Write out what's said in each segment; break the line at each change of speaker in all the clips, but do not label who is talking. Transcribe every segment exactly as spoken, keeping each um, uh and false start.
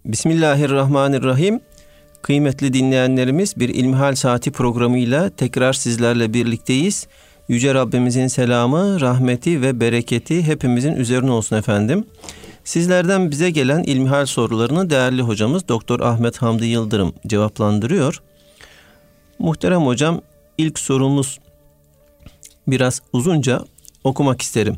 Bismillahirrahmanirrahim. Kıymetli dinleyenlerimiz, bir İlmihal Saati programıyla tekrar sizlerle birlikteyiz. Yüce Rabbimizin selamı, rahmeti ve bereketi hepimizin üzerine olsun efendim. Sizlerden bize gelen ilmihal sorularını değerli hocamız Doktor Ahmet Hamdi Yıldırım cevaplandırıyor. Muhterem hocam, ilk sorumuz biraz uzunca, okumak isterim.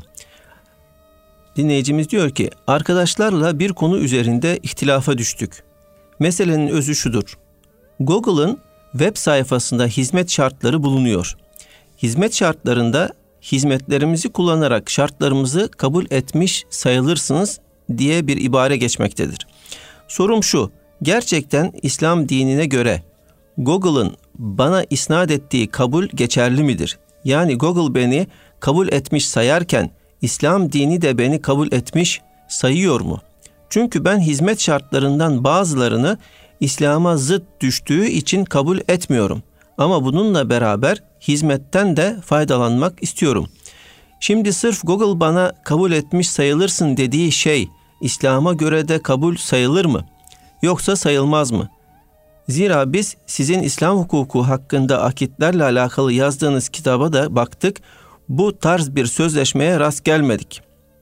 Dinleyicimiz diyor ki, arkadaşlarla bir konu üzerinde ihtilafa düştük. Meselenin özü şudur. Google'ın web sayfasında hizmet şartları bulunuyor. Hizmet şartlarında hizmetlerimizi kullanarak şartlarımızı kabul etmiş sayılırsınız diye bir ibare geçmektedir. Sorum şu, gerçekten İslam dinine göre Google'ın bana isnat ettiği kabul geçerli midir? Yani Google beni kabul etmiş sayarken İslam dini de beni kabul etmiş sayıyor mu? Çünkü ben hizmet şartlarından bazılarını İslam'a zıt düştüğü için kabul etmiyorum. Ama bununla beraber hizmetten de faydalanmak istiyorum. Şimdi sırf Google bana kabul etmiş sayılırsın dediği şey İslam'a göre de kabul sayılır mı? Yoksa sayılmaz mı? Zira biz sizin İslam hukuku hakkında akitlerle alakalı yazdığınız kitaba da baktık. Bu tarz bir sözleşmeye rast gelmedik.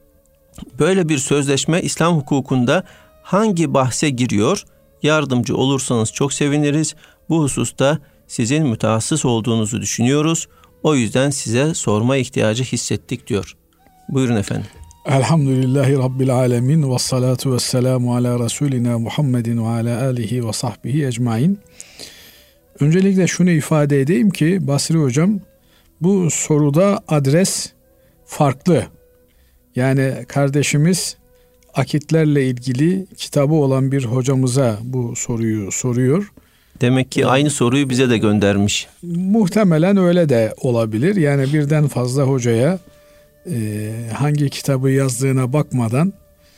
Böyle bir sözleşme İslam hukukunda hangi bahse giriyor? Yardımcı olursanız çok seviniriz. Bu hususta sizin mütehassıs olduğunuzu düşünüyoruz. O yüzden size sorma ihtiyacı hissettik diyor. Buyurun efendim.
Elhamdülillahi Rabbil alemin ve salatu ve selamu ala Resulina Muhammedin ve ala alihi ve sahbihi ecmain. Öncelikle şunu ifade edeyim ki Basri Hocam, bu soruda adres farklı. Yani kardeşimiz akitlerle ilgili kitabı olan bir hocamıza bu soruyu soruyor.
Demek ki aynı soruyu bize de göndermiş.
Muhtemelen öyle de olabilir. Yani birden fazla hocaya e, hangi kitabı yazdığına bakmadan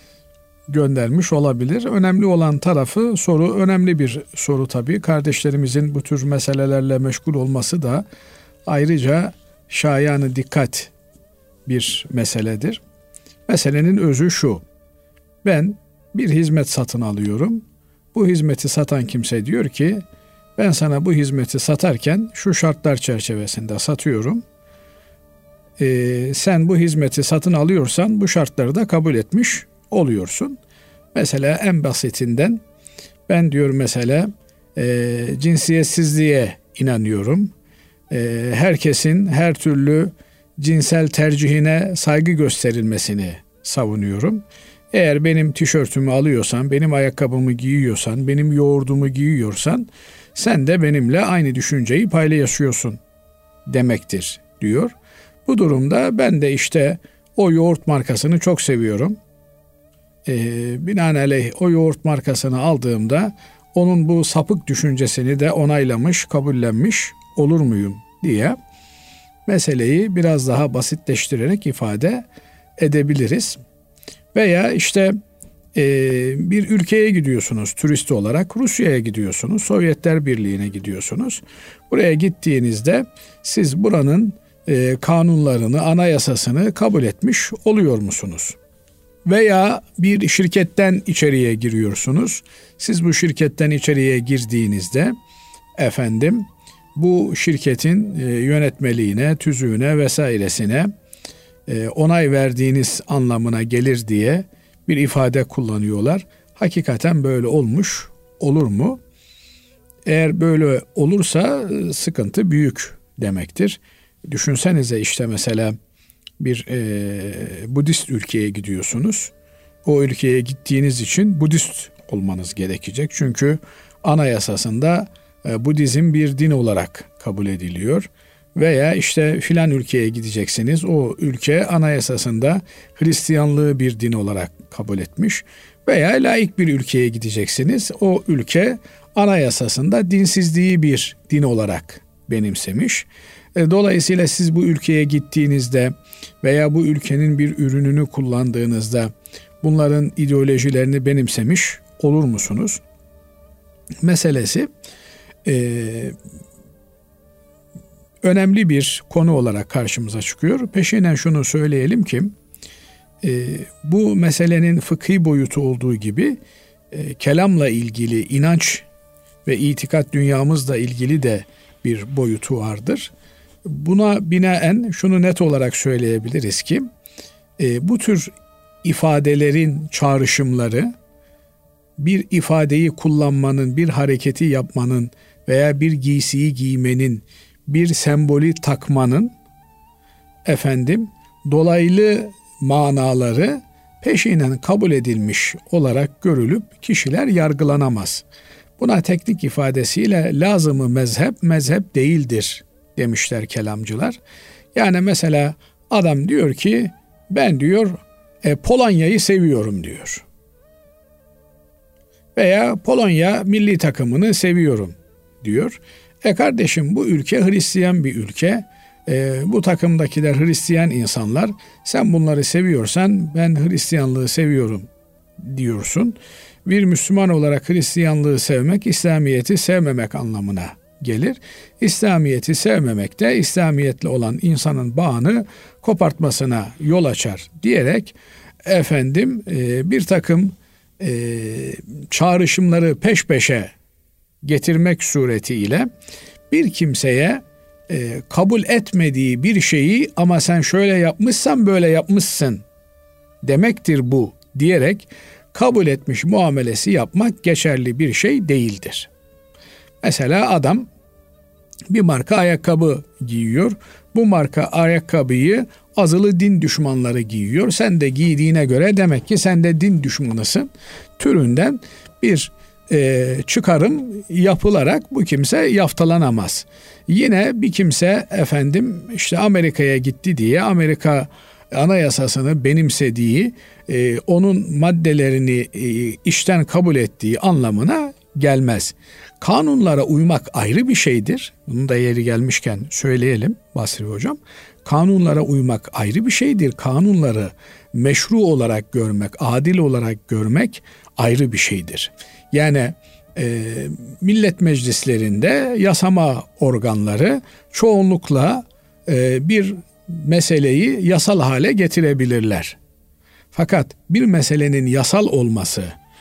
göndermiş olabilir. Önemli olan tarafı, soru önemli bir soru tabii. Kardeşlerimizin bu tür meselelerle meşgul olması da ayrıca şayanı dikkat bir meseledir. Meselenin özü şu. Ben bir hizmet satın alıyorum. Bu hizmeti satan kimse diyor ki, ben sana bu hizmeti satarken şu şartlar çerçevesinde satıyorum. Ee, sen bu hizmeti satın alıyorsan bu şartları da kabul etmiş oluyorsun. Mesela en basitinden ben diyor mesela e, cinsiyetsizliğe inanıyorum. E, herkesin her türlü cinsel tercihine saygı gösterilmesini savunuyorum. Eğer benim tişörtümü alıyorsan, benim ayakkabımı giyiyorsan, benim yoğurdumu giyiyorsan sen de benimle aynı düşünceyi paylaşıyorsun demektir diyor. Bu durumda ben de işte o yoğurt markasını çok seviyorum. Ee, binaenaleyh o yoğurt markasını aldığımda onun bu sapık düşüncesini de onaylamış, kabullenmiş olur muyum diye meseleyi biraz daha basitleştirerek ifade edebiliriz. Veya işte e, bir ülkeye gidiyorsunuz turist olarak, Rusya'ya gidiyorsunuz, Sovyetler Birliği'ne gidiyorsunuz. Buraya gittiğinizde siz buranın e, kanunlarını, anayasasını kabul etmiş oluyor musunuz? Veya bir şirketten içeriye giriyorsunuz. Siz bu şirketten içeriye girdiğinizde efendim bu şirketin e, yönetmeliğine, tüzüğüne vesairesine e, onay verdiğiniz anlamına gelir diye bir ifade kullanıyorlar. Hakikaten böyle olmuş olur mu? Eğer böyle olursa e, sıkıntı büyük demektir. Düşünsenize işte mesela bir e, Budist ülkeye gidiyorsunuz. O ülkeye gittiğiniz için Budist olmanız gerekecek. Çünkü anayasasında e, Budizm bir din olarak kabul ediliyor. Veya işte filan ülkeye gideceksiniz. O ülke anayasasında Hristiyanlığı bir din olarak kabul etmiş. Veya laik bir ülkeye gideceksiniz. O ülke anayasasında dinsizliği bir din olarak benimsemiş. Dolayısıyla siz bu ülkeye gittiğinizde veya bu ülkenin bir ürününü kullandığınızda bunların ideolojilerini benimsemiş olur musunuz? Meselesi e, önemli bir konu olarak karşımıza çıkıyor. Peşinen şunu söyleyelim ki e, bu meselenin fıkhi boyutu olduğu gibi e, kelamla ilgili inanç ve itikat dünyamızla ilgili de bir boyutu vardır. Buna binaen şunu net olarak söyleyebiliriz ki e, bu tür ifadelerin çağrışımları bir ifadeyi kullanmanın, bir hareketi yapmanın veya bir giysiyi giymenin, bir sembolü takmanın efendim dolaylı manaları peşinen kabul edilmiş olarak görülüp kişiler yargılanamaz. Buna teknik ifadesiyle lazımı mezhep, mezhep değildir demişler kelamcılar. Yani mesela adam diyor ki ben diyor e, Polonya'yı seviyorum diyor. Veya Polonya milli takımını seviyorum diyor. E kardeşim bu ülke Hristiyan bir ülke. E, bu takımdakiler Hristiyan insanlar. Sen bunları seviyorsan ben Hristiyanlığı seviyorum diyorsun. Bir Müslüman olarak Hristiyanlığı sevmek, İslamiyet'i sevmemek anlamına gelir. İslamiyet'i sevmemek de İslamiyetle olan insanın bağını kopartmasına yol açar diyerek efendim e, bir takım e, çağrışımları peş peşe getirmek suretiyle bir kimseye e, kabul etmediği bir şeyi ama sen şöyle yapmışsan böyle yapmışsın demektir bu diyerek kabul etmiş muamelesi yapmak geçerli bir şey değildir. Mesela adam bir marka ayakkabı giyiyor. Bu marka ayakkabıyı azılı din düşmanları giyiyor. Sen de giydiğine göre demek ki sen de din düşmanısın türünden bir e, çıkarım yapılarak bu kimse yaftalanamaz. Yine bir kimse efendim işte Amerika'ya gitti diye Amerika anayasasını benimsediği, e, onun maddelerini e, işten kabul ettiği anlamına gelmez. Kanunlara uymak ayrı bir şeydir. Bunu da yeri gelmişken söyleyelim Basri Hocam. Kanunlara uymak ayrı bir şeydir. Kanunları meşru olarak görmek, adil olarak görmek ayrı bir şeydir. Yani e, millet meclislerinde yasama organları çoğunlukla e, bir meseleyi yasal hale getirebilirler. Fakat bir meselenin yasal olması,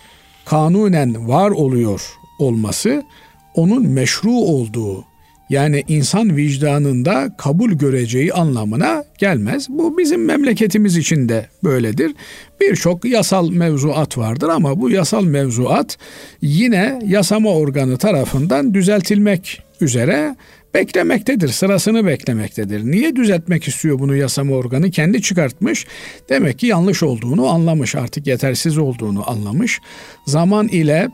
kanunen var oluyor olması, onun meşru olduğu, yani insan vicdanında kabul göreceği anlamına gelmez. Bu bizim memleketimiz için de böyledir. Birçok yasal mevzuat vardır ama bu yasal mevzuat yine yasama organı tarafından düzeltilmek üzere beklemektedir, sırasını beklemektedir. Niye düzeltmek istiyor bunu yasama organı? Kendi çıkartmış. Demek ki yanlış olduğunu anlamış, artık yetersiz olduğunu anlamış. Zaman ile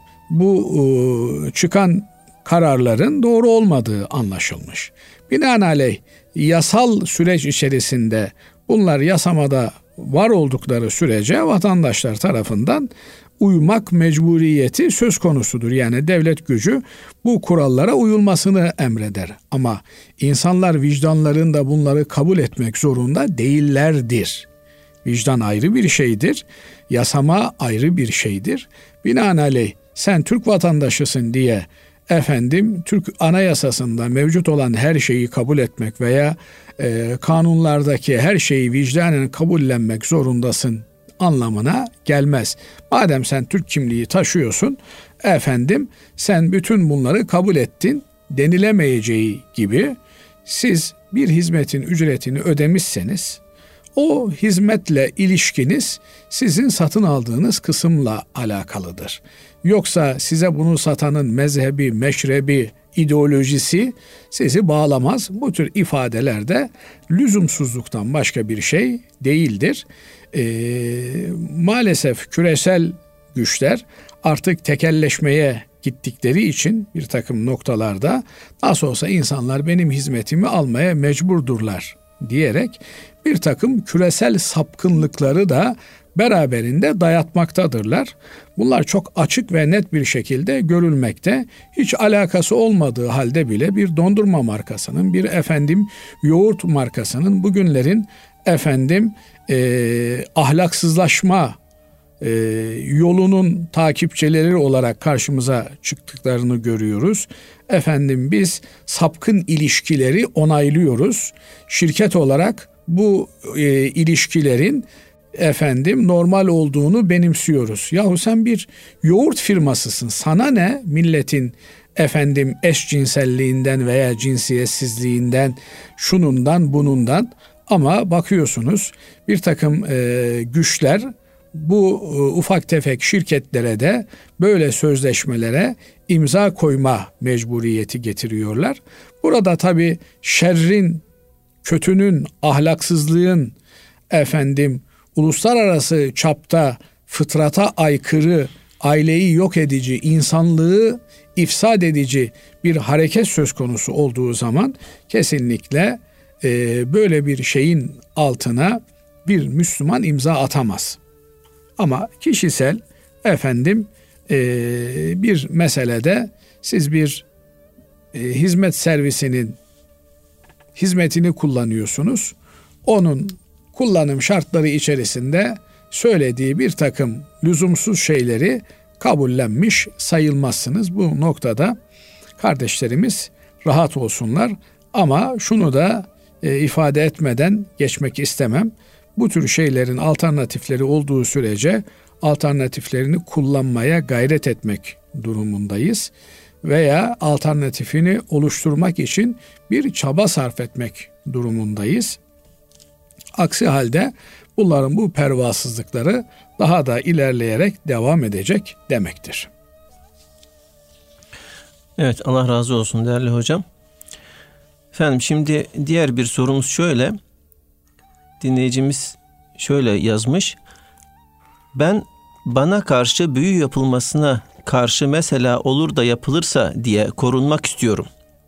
bu çıkan kararların doğru olmadığı anlaşılmış. Binaenaleyh yasal süreç içerisinde bunlar yasamada var oldukları sürece vatandaşlar tarafından uymak mecburiyeti söz konusudur. Yani devlet gücü bu kurallara uyulmasını emreder. Ama insanlar vicdanlarında bunları kabul etmek zorunda değillerdir. Vicdan ayrı bir şeydir. Yasama ayrı bir şeydir. Binaenaleyh sen Türk vatandaşısın diye efendim Türk Anayasası'nda mevcut olan her şeyi kabul etmek veya e, kanunlardaki her şeyi vicdanen kabullenmek zorundasın anlamına gelmez. Madem sen Türk kimliği taşıyorsun, efendim sen bütün bunları kabul ettin denilemeyeceği gibi siz bir hizmetin ücretini ödemişseniz o hizmetle ilişkiniz sizin satın aldığınız kısımla alakalıdır. Yoksa size bunu satanın mezhebi, meşrebi, ideolojisi sizi bağlamaz. Bu tür ifadelerde lüzumsuzluktan başka bir şey değildir. Ee, maalesef küresel güçler artık tekelleşmeye gittikleri için bir takım noktalarda nasıl olsa insanlar benim hizmetimi almaya mecburdurlar diyerek bir takım küresel sapkınlıkları da beraberinde dayatmaktadırlar. Bunlar çok açık ve net bir şekilde görülmekte. Hiç alakası olmadığı halde bile bir dondurma markasının, bir efendim yoğurt markasının bugünlerin efendim e, ahlaksızlaşma e, yolunun takipçileri olarak karşımıza çıktıklarını görüyoruz. Efendim biz sapkın ilişkileri onaylıyoruz. Şirket olarak bu e, ilişkilerin efendim normal olduğunu benimsiyoruz. Yahu sen bir yoğurt firmasısın. Sana ne milletin efendim eşcinselliğinden veya cinsiyetsizliğinden, şunundan bunundan, ama bakıyorsunuz bir takım e, güçler bu e, ufak tefek şirketlere de böyle sözleşmelere imza koyma mecburiyeti getiriyorlar. Burada tabii şerrin, kötünün, ahlaksızlığın, efendim uluslararası çapta fıtrata aykırı, aileyi yok edici, insanlığı ifsad edici bir hareket söz konusu olduğu zaman kesinlikle e, böyle bir şeyin altına bir Müslüman imza atamaz. Ama kişisel efendim e, bir meselede siz bir e, hizmet servisinin hizmetini kullanıyorsunuz. Onun kullanım şartları içerisinde söylediği bir takım lüzumsuz şeyleri kabullenmiş sayılmazsınız. Bu noktada kardeşlerimiz rahat olsunlar. Ama şunu da e, ifade etmeden geçmek istemem. Bu tür şeylerin alternatifleri olduğu sürece alternatiflerini kullanmaya gayret etmek durumundayız. Veya alternatifini oluşturmak için bir çaba sarf etmek durumundayız. Aksi halde bunların bu pervasızlıkları daha da ilerleyerek devam edecek demektir.
Evet, Allah razı olsun değerli hocam. Efendim şimdi diğer bir sorumuz şöyle. Dinleyicimiz şöyle yazmış. Ben bana karşı büyü yapılmasına karşı mesela olur da yapılırsa diye korunmak istiyorum.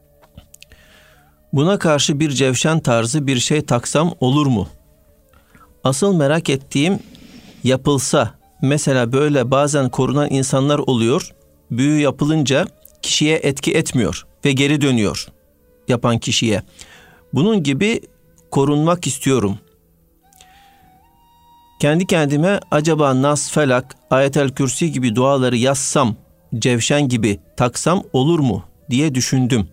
Buna karşı bir cevşen tarzı bir şey taksam olur mu? Asıl merak ettiğim, yapılsa mesela böyle bazen korunan insanlar oluyor. Büyü yapılınca kişiye etki etmiyor ve geri dönüyor yapan kişiye. Bunun gibi korunmak istiyorum. Kendi kendime acaba Nas, Felak, Ayetel Kürsi gibi duaları yazsam, cevşen gibi taksam olur mu diye düşündüm.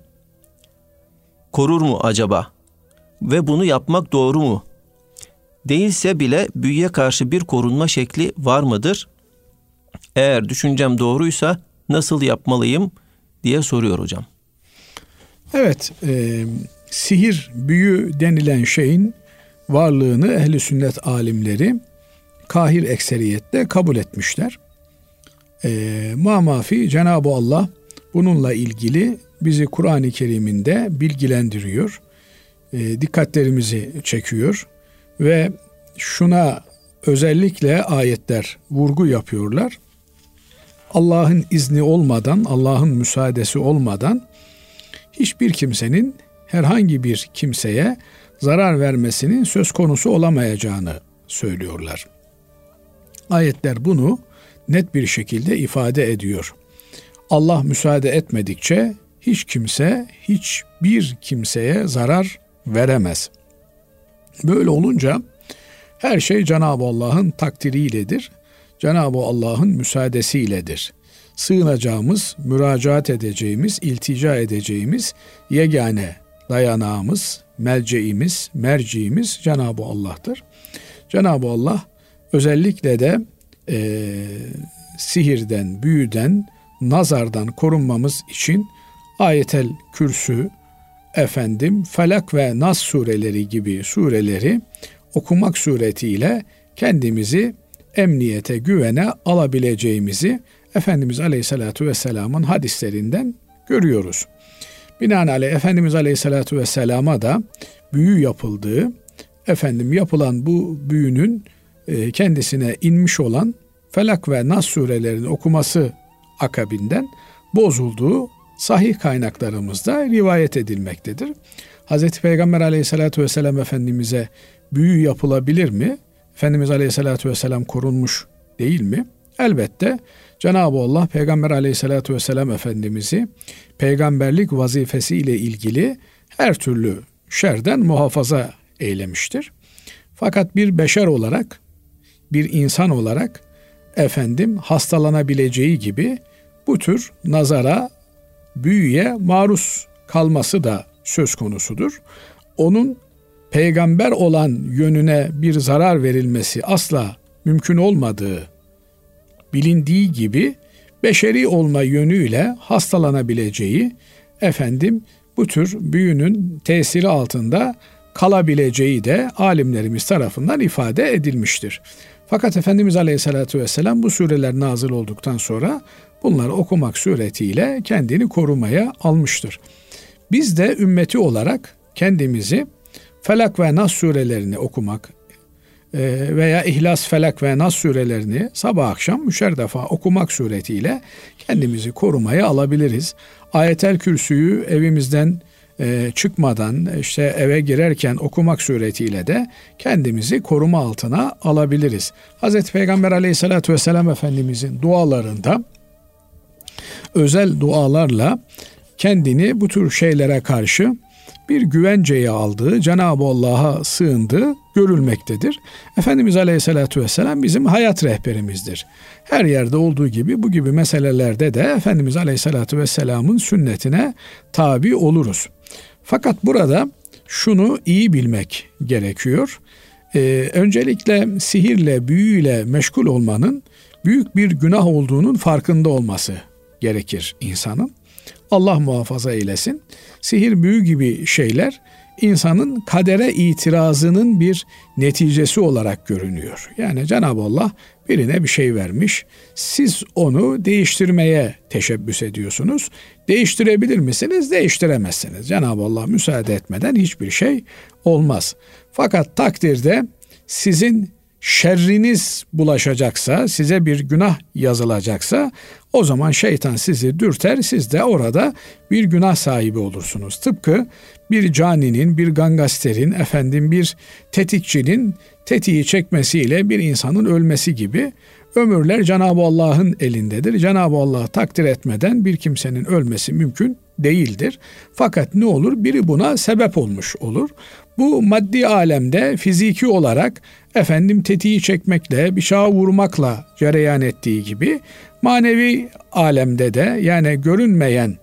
Korur mu acaba? Ve bunu yapmak doğru mu? Değilse bile büyüye karşı bir korunma şekli var mıdır? Eğer düşüncem doğruysa nasıl yapmalıyım diye soruyor hocam.
Evet, e, sihir, büyü denilen şeyin varlığını ehli sünnet alimleri kahir ekseriyetle kabul etmişler. E, Mamafi Cenab-ı Allah bununla ilgili bizi Kur'an-ı Kerim'inde bilgilendiriyor. E, dikkatlerimizi çekiyor ve şuna özellikle ayetler vurgu yapıyorlar. Allah'ın izni olmadan, Allah'ın müsaadesi olmadan hiçbir kimsenin herhangi bir kimseye zarar vermesinin söz konusu olamayacağını söylüyorlar. Ayetler bunu net bir şekilde ifade ediyor. Allah müsaade etmedikçe hiç kimse hiçbir kimseye zarar veremez. Böyle olunca her şey Cenab-ı Allah'ın takdiriyledir. Cenab-ı Allah'ın müsaadesiyledir. Sığınacağımız, müracaat edeceğimiz, iltica edeceğimiz yegane dayanağımız, melceğimiz, merciğimiz Cenab-ı Allah'tır. Cenab-ı Allah özellikle de e, sihirden, büyüden, nazardan korunmamız için Ayetel Kürsü, efendim Felak ve Nas sureleri gibi sureleri okumak suretiyle kendimizi emniyete, güvene alabileceğimizi Efendimiz Aleyhisselatü Vesselam'ın hadislerinden görüyoruz. Binaenaleyh Efendimiz Aleyhisselatü Vesselam'a da büyü yapıldığı, efendim yapılan bu büyünün e, kendisine inmiş olan Felak ve Nas surelerini okuması akabinden bozulduğu sahih kaynaklarımızda rivayet edilmektedir. Hazreti Peygamber Aleyhisselatü Vesselam Efendimiz'e büyü yapılabilir mi? Efendimiz Aleyhisselatü Vesselam korunmuş değil mi? Elbette Cenab-ı Allah Peygamber Aleyhisselatü Vesselam Efendimiz'i peygamberlik vazifesi ile ilgili her türlü şerden muhafaza eylemiştir. Fakat bir beşer olarak, bir insan olarak efendim hastalanabileceği gibi bu tür nazara, büyüye maruz kalması da söz konusudur. Onun peygamber olan yönüne bir zarar verilmesi asla mümkün olmadığı bilindiği gibi beşeri olma yönüyle hastalanabileceği, efendim bu tür büyünün tesiri altında kalabileceği de alimlerimiz tarafından ifade edilmiştir. Fakat Efendimiz Aleyhisselatü Vesselam bu sureler nazil olduktan sonra bunları okumak suretiyle kendini korumaya almıştır. Biz de ümmeti olarak kendimizi Felak ve Nas surelerini okumak veya İhlas, Felak ve Nas surelerini sabah akşam üçer defa okumak suretiyle kendimizi korumaya alabiliriz. Ayetel Kürsü'yü evimizden çıkmadan işte eve girerken okumak suretiyle de kendimizi koruma altına alabiliriz. Hazreti Peygamber Aleyhisselatü Vesselam Efendimizin dualarında özel dualarla kendini bu tür şeylere karşı bir güvenceye aldığı, Cenab-ı Allah'a sığındığı görülmektedir. Efendimiz Aleyhisselatü Vesselam bizim hayat rehberimizdir. Her yerde olduğu gibi bu gibi meselelerde de Efendimiz Aleyhisselatü Vesselam'ın sünnetine tabi oluruz. Fakat burada şunu iyi bilmek gerekiyor. Ee, öncelikle sihirle, büyüyle meşgul olmanın büyük bir günah olduğunun farkında olması gerekir insanın. Allah muhafaza eylesin. Sihir, büyü gibi şeyler insanın kadere itirazının bir neticesi olarak görünüyor. Yani Cenab-ı Allah birine bir şey vermiş. Siz onu değiştirmeye teşebbüs ediyorsunuz. Değiştirebilir misiniz? Değiştiremezsiniz. Cenab-ı Allah müsaade etmeden hiçbir şey olmaz. Fakat takdirde sizin şerriniz bulaşacaksa, size bir günah yazılacaksa o zaman şeytan sizi dürter, siz de orada bir günah sahibi olursunuz. Tıpkı bir caninin, bir gangasterin, efendim bir tetikçinin tetiği çekmesiyle bir insanın ölmesi gibi ömürler Cenab-ı Allah'ın elindedir. Cenab-ı Allah takdir etmeden bir kimsenin ölmesi mümkün değildir. Fakat ne olur? Biri buna sebep olmuş olur. Bu maddi alemde fiziki olarak efendim tetiği çekmekle, bıçağı vurmakla cereyan ettiği gibi manevi alemde de yani görünmeyen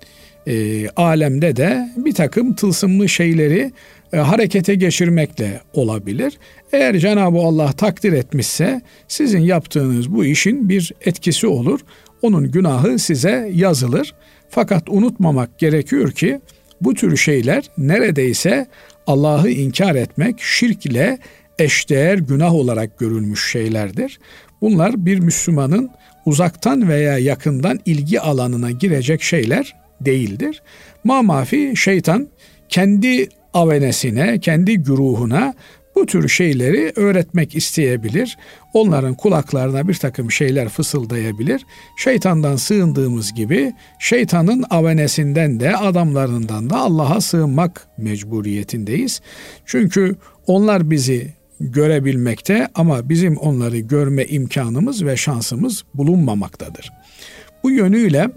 e, alemde de bir takım tılsımlı şeyleri e, harekete geçirmekle olabilir. Eğer Cenab-ı Allah takdir etmişse sizin yaptığınız bu işin bir etkisi olur. Onun günahı size yazılır. Fakat unutmamak gerekiyor ki bu tür şeyler neredeyse Allah'ı inkar etmek, şirkle eşdeğer günah olarak görülmüş şeylerdir. Bunlar bir Müslümanın uzaktan veya yakından ilgi alanına girecek şeyler değildir. Mamafi şeytan kendi avenesine, kendi güruhuna bu tür şeyleri öğretmek isteyebilir. Onların kulaklarına bir takım şeyler fısıldayabilir. Şeytandan sığındığımız gibi şeytanın avenesinden de adamlarından da Allah'a sığınmak mecburiyetindeyiz. Çünkü onlar bizi görebilmekte ama bizim onları görme imkanımız ve şansımız bulunmamaktadır. Bu yönüyle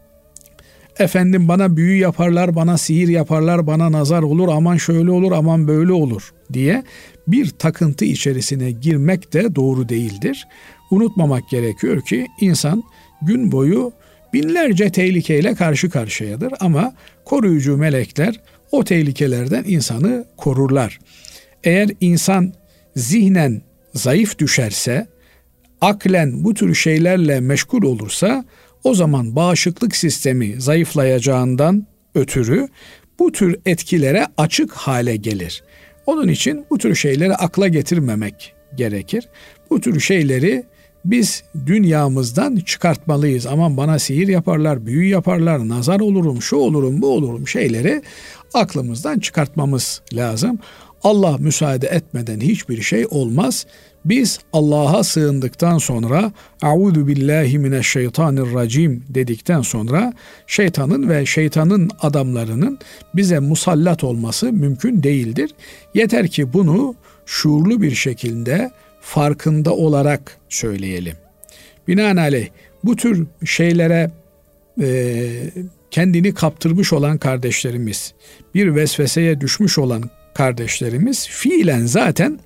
efendim bana büyü yaparlar, bana sihir yaparlar, bana nazar olur, aman şöyle olur, aman böyle olur diye bir takıntı içerisine girmek de doğru değildir. Unutmamak gerekiyor ki insan gün boyu binlerce tehlikeyle karşı karşıyadır ama koruyucu melekler o tehlikelerden insanı korurlar. Eğer insan zihnen zayıf düşerse, aklen bu tür şeylerle meşgul olursa o zaman bağışıklık sistemi zayıflayacağından ötürü bu tür etkilere açık hale gelir. Onun için bu tür şeyleri akla getirmemek gerekir. Bu tür şeyleri biz dünyamızdan çıkartmalıyız. Aman bana sihir yaparlar, büyü yaparlar, nazar olurum, şu olurum, bu olurum şeyleri aklımızdan çıkartmamız lazım. Allah müsaade etmeden hiçbir şey olmaz. Biz Allah'a sığındıktan sonra "Euzu billahi mineşşeytanirracim" dedikten sonra şeytanın ve şeytanın adamlarının bize musallat olması mümkün değildir. Yeter ki bunu şuurlu bir şekilde farkında olarak söyleyelim. Binaenaleyh bu tür şeylere e, kendini kaptırmış olan kardeşlerimiz, bir vesveseye düşmüş olan kardeşlerimiz fiilen zaten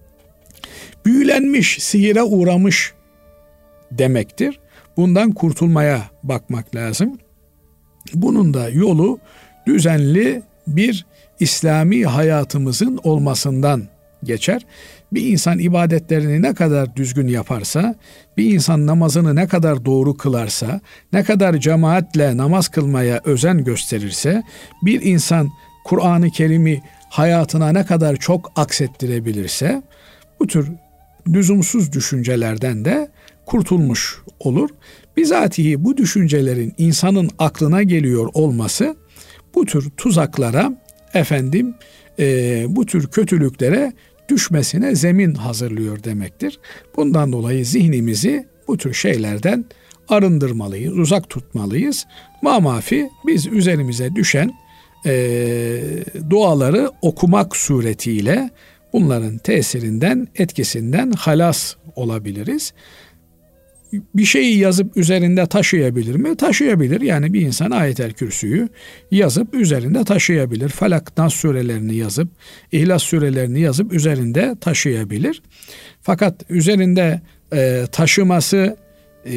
büyülenmiş, sihire uğramış demektir. Bundan kurtulmaya bakmak lazım. Bunun da yolu düzenli bir İslami hayatımızın olmasından geçer. Bir insan ibadetlerini ne kadar düzgün yaparsa, bir insan namazını ne kadar doğru kılarsa, ne kadar cemaatle namaz kılmaya özen gösterirse, bir insan Kur'an-ı Kerim'i hayatına ne kadar çok aksettirebilirse, bu tür lüzumsuz düşüncelerden de kurtulmuş olur. Bizatihi bu düşüncelerin insanın aklına geliyor olması, bu tür tuzaklara, efendim, e, bu tür kötülüklere düşmesine zemin hazırlıyor demektir. Bundan dolayı zihnimizi bu tür şeylerden arındırmalıyız, uzak tutmalıyız. Mamafi biz üzerimize düşen e, duaları okumak suretiyle bunların tesirinden, etkisinden halas olabiliriz. Bir şeyi yazıp üzerinde taşıyabilir mi? Taşıyabilir. Yani bir insan Ayet-el Kürsü'yü yazıp üzerinde taşıyabilir. Felak, Nas surelerini yazıp, İhlas surelerini yazıp üzerinde taşıyabilir. Fakat üzerinde e, taşıması e,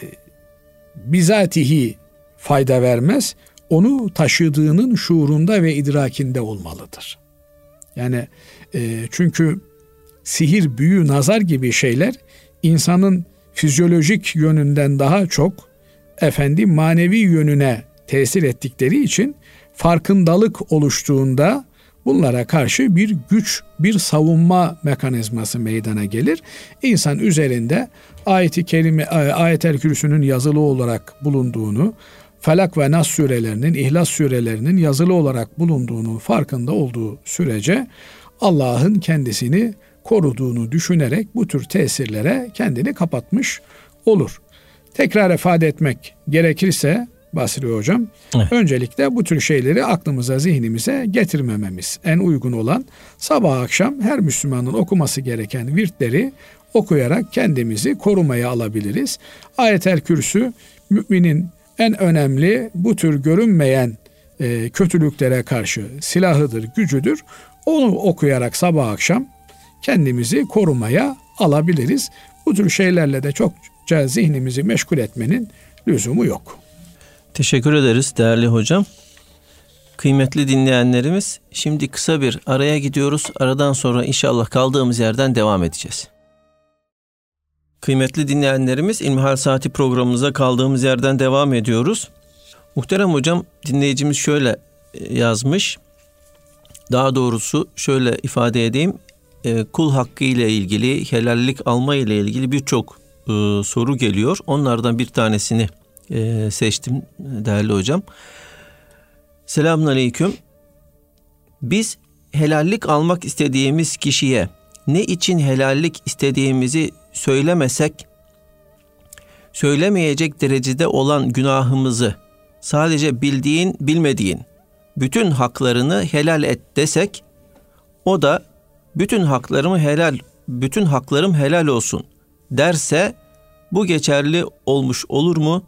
bizatihi fayda vermez. Onu taşıdığının şuurunda ve idrakinde olmalıdır. Yani e, çünkü sihir, büyü, nazar gibi şeyler insanın fizyolojik yönünden daha çok efendim manevi yönüne tesir ettikleri için farkındalık oluştuğunda bunlara karşı bir güç, bir savunma mekanizması meydana gelir. İnsan üzerinde ayet-i kerime, Ayet-el Kürsü'nün yazılı olarak bulunduğunu, Felak ve Nas surelerinin, İhlas surelerinin yazılı olarak bulunduğunu farkında olduğu sürece Allah'ın kendisini koruduğunu düşünerek bu tür tesirlere kendini kapatmış olur. Tekrar ifade etmek gerekirse Basri Hocam, evet. Öncelikle bu tür şeyleri aklımıza, zihnimize getirmememiz en uygun olan, sabah akşam her Müslümanın okuması gereken virtleri okuyarak kendimizi korumaya alabiliriz. Ayet-el Kürsü müminin en önemli bu tür görünmeyen e, kötülüklere karşı silahıdır, gücüdür. Onu okuyarak sabah akşam kendimizi korumaya alabiliriz. Bu tür şeylerle de çokça zihnimizi meşgul etmenin lüzumu yok.
Teşekkür ederiz değerli hocam. Kıymetli dinleyenlerimiz, şimdi kısa bir araya gidiyoruz. Aradan sonra inşallah kaldığımız yerden devam edeceğiz. Kıymetli dinleyenlerimiz, İlmihal Saati programımıza kaldığımız yerden devam ediyoruz. Muhterem hocam, dinleyicimiz şöyle yazmış. Daha doğrusu şöyle ifade edeyim. Kul hakkı ile ilgili, helallik alma ile ilgili birçok e, soru geliyor. Onlardan bir tanesini e, seçtim değerli hocam. Selamünaleyküm. Biz helallik almak istediğimiz kişiye ne için helallik istediğimizi söylemesek, söylemeyecek derecede olan günahımızı sadece bildiğin, bilmediğin bütün haklarını helal et desek, o da bütün haklarımı helal, bütün haklarım helal olsun derse, bu geçerli olmuş olur mu?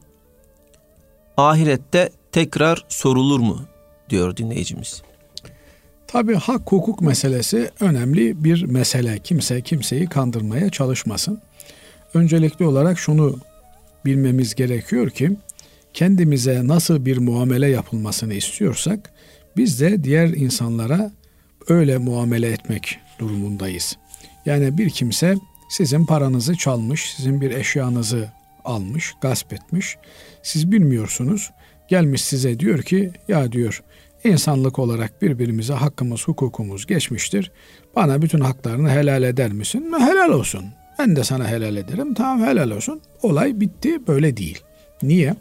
Ahirette tekrar sorulur mu? Diyor dinleyicimiz.
Tabii hak hukuk meselesi önemli bir mesele. Kimse kimseyi kandırmaya çalışmasın. Öncelikli olarak şunu bilmemiz gerekiyor ki, kendimize nasıl bir muamele yapılmasını istiyorsak, biz de diğer insanlara öyle muamele etmek durumundayız. Yani bir kimse sizin paranızı çalmış, sizin bir eşyanızı almış, gasp etmiş. Siz bilmiyorsunuz. Gelmiş size diyor ki, ya diyor, insanlık olarak birbirimize hakkımız, hukukumuz geçmiştir. Bana bütün haklarını helal eder misin? Helal olsun. Ben de sana helal ederim. Tamam, helal olsun. Olay bitti. Böyle değil. Niye?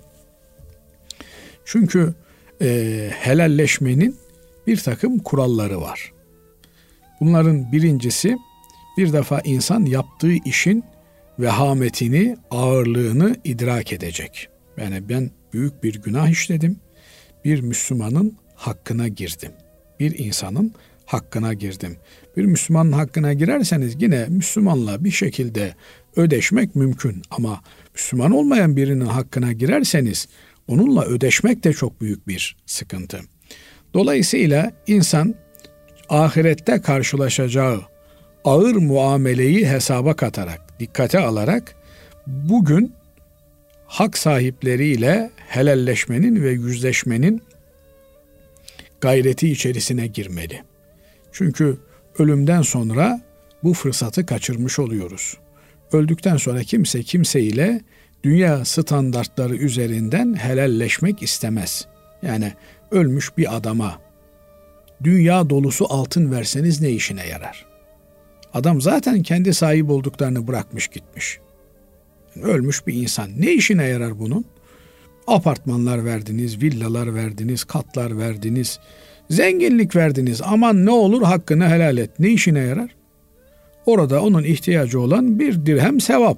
Çünkü e, helalleşmenin bir takım kuralları var. Bunların birincisi, bir defa insan yaptığı işin vehametini, ağırlığını idrak edecek. Yani ben büyük bir günah işledim. Bir Müslümanın hakkına girdim. Bir insanın hakkına girdim. Bir Müslümanın hakkına girerseniz yine Müslümanla bir şekilde ödeşmek mümkün. Ama Müslüman olmayan birinin hakkına girerseniz onunla ödeşmek de çok büyük bir sıkıntı. Dolayısıyla insan ahirette karşılaşacağı ağır muameleyi hesaba katarak, dikkate alarak bugün hak sahipleriyle helalleşmenin ve yüzleşmenin gayreti içerisine girmeli. Çünkü ölümden sonra bu fırsatı kaçırmış oluyoruz. Öldükten sonra kimse kimseyle dünya standartları üzerinden helalleşmek istemez. Yani ölmüş bir adama dünya dolusu altın verseniz ne işine yarar? Adam zaten kendi sahip olduklarını bırakmış gitmiş. Yani ölmüş bir insan. Ne işine yarar bunun? Apartmanlar verdiniz, villalar verdiniz, katlar verdiniz, zenginlik verdiniz. Aman ne olur hakkını helal et. Ne işine yarar? Orada onun ihtiyacı olan bir dirhem sevap.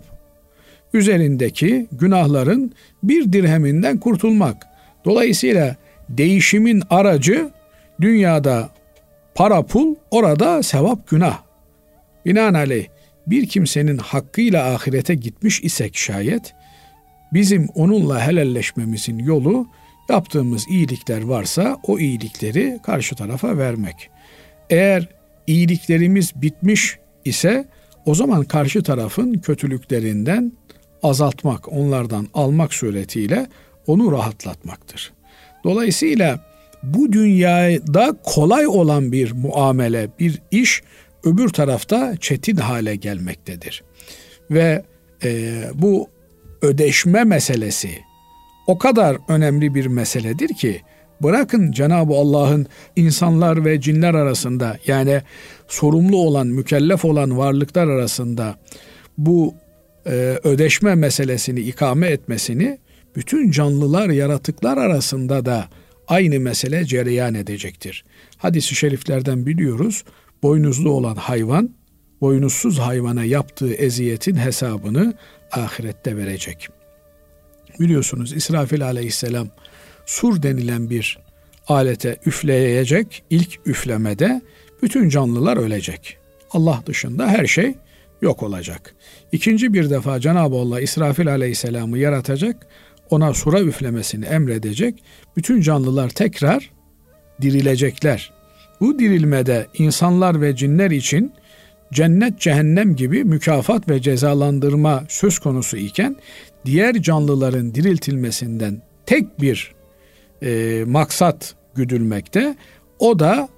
Üzerindeki günahların bir dirheminden kurtulmak. Dolayısıyla değişimin aracı dünyada para pul, orada sevap günah. Binaenaleyh bir kimsenin hakkıyla ahirete gitmiş isek şayet, bizim onunla helalleşmemizin yolu yaptığımız iyilikler varsa o iyilikleri karşı tarafa vermek. Eğer iyiliklerimiz bitmiş ise o zaman karşı tarafın kötülüklerinden azaltmak, onlardan almak suretiyle onu rahatlatmaktır. Dolayısıyla bu dünyada kolay olan bir muamele, bir iş öbür tarafta çetin hale gelmektedir. Ve e, bu ödeşme meselesi o kadar önemli bir meseledir ki bırakın Cenab-ı Allah'ın insanlar ve cinler arasında, yani sorumlu olan, mükellef olan varlıklar arasında bu e, ödeşme meselesini ikame etmesini, bütün canlılar, yaratıklar arasında da aynı mesele cereyan edecektir. Hadis-i şeriflerden biliyoruz, boynuzlu olan hayvan, boynuzsuz hayvana yaptığı eziyetin hesabını ahirette verecek. Biliyorsunuz İsrafil aleyhisselam sur denilen bir alete üfleyecek. İlk üflemede bütün canlılar ölecek. Allah dışında her şey yok olacak. İkinci bir defa Cenab-ı Allah İsrafil aleyhisselamı yaratacak. Ona sura üflemesini emredecek. Bütün canlılar tekrar dirilecekler. Bu dirilmede insanlar ve cinler için cennet, cehennem gibi mükafat ve cezalandırma söz konusu iken, diğer canlıların diriltilmesinden tek bir e, maksat güdülmekte. O da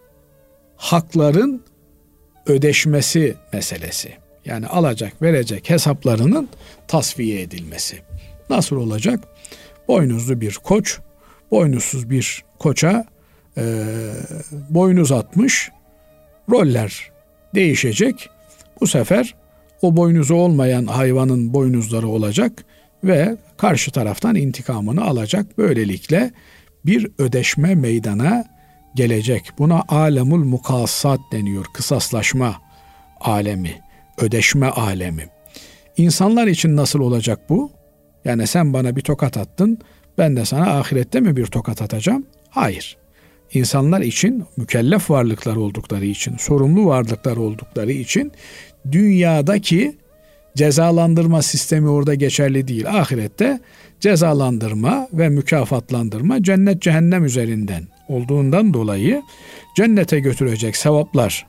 hakların ödeşmesi meselesi. Yani alacak verecek hesaplarının tasfiye edilmesi. Nasıl olacak? Boynuzlu bir koç, boynuzsuz bir koça e, boynuz atmış, roller değişecek. Bu sefer o boynuzu olmayan hayvanın boynuzları olacak ve karşı taraftan intikamını alacak. Böylelikle bir ödeşme meydana gelecek. Buna alemul mukassat deniyor. Kısaslaşma alemi, ödeşme alemi. İnsanlar için nasıl olacak bu? Yani sen bana bir tokat attın, ben de sana ahirette mi bir tokat atacağım? Hayır. İnsanlar için, mükellef varlıklar oldukları için, sorumlu varlıklar oldukları için dünyadaki cezalandırma sistemi orada geçerli değil. Ahirette cezalandırma ve mükafatlandırma cennet cehennem üzerinden olduğundan dolayı cennete götürecek sevaplar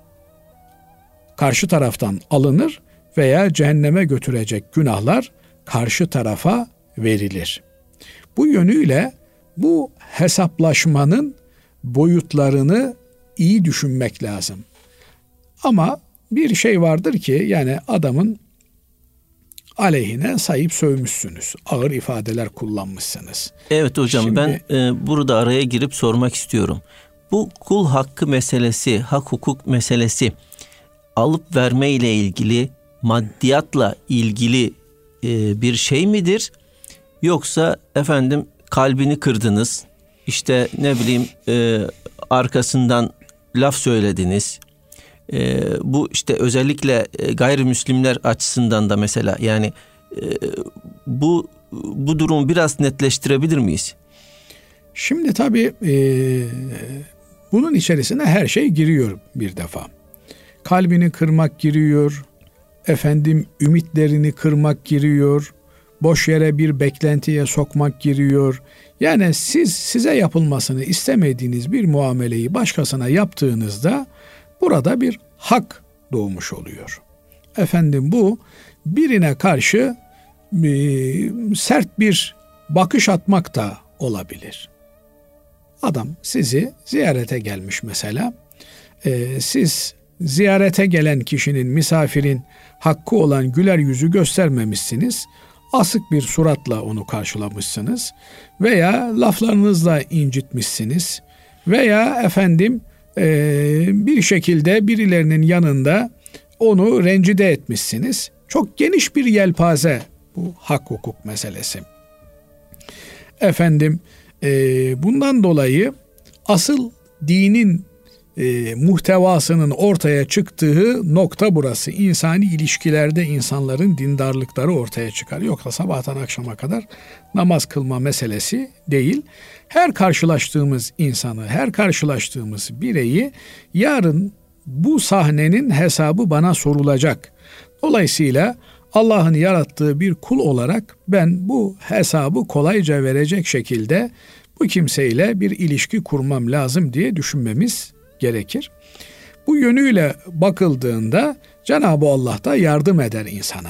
karşı taraftan alınır veya cehenneme götürecek günahlar karşı tarafa verilir. Bu yönüyle bu hesaplaşmanın boyutlarını iyi düşünmek lazım. Ama bir şey vardır ki, yani adamın aleyhine sayıp sövmüşsünüz. Ağır ifadeler kullanmışsınız.
Evet hocam,
Şimdi,
ben e, burada araya girip sormak istiyorum. Bu kul hakkı meselesi, hak hukuk meselesi alıp verme ile ilgili, maddiyatla ilgili e, bir şey midir? Yoksa efendim kalbini kırdınız, işte ne bileyim e, arkasından laf söylediniz. E, bu işte özellikle e, gayrimüslimler açısından da mesela, yani e, bu bu durumu biraz netleştirebilir miyiz?
Şimdi tabii e, bunun içerisine her şey giriyor bir defa. Kalbini kırmak giriyor, efendim ümitlerini kırmak giriyor, boş yere bir beklentiye sokmak giriyor. Yani siz size yapılmasını istemediğiniz bir muameleyi başkasına yaptığınızda burada bir hak doğmuş oluyor. Efendim bu birine karşı e, sert bir bakış atmak da olabilir. Adam sizi ziyarete gelmiş mesela. Ee, siz ziyarete gelen kişinin, misafirin hakkı olan güler yüzü göstermemişsiniz. Asık bir suratla onu karşılamışsınız. Veya laflarınızla incitmişsiniz. Veya efendim e, bir şekilde birilerinin yanında onu rencide etmişsiniz. Çok geniş bir yelpaze bu hak hukuk meselesi. Efendim e, bundan dolayı asıl dinin e, muhtevasının ortaya çıktığı nokta burası. İnsani ilişkilerde insanların dindarlıkları ortaya çıkar. Yoksa sabahtan akşama kadar namaz kılma meselesi değil. Her karşılaştığımız insanı, her karşılaştığımız bireyi yarın bu sahnenin hesabı bana sorulacak. Dolayısıyla Allah'ın yarattığı bir kul olarak ben bu hesabı kolayca verecek şekilde bu kimseyle bir ilişki kurmam lazım diye düşünmemiz gerekir. Bu yönüyle bakıldığında Cenab-ı Allah da yardım eder insana.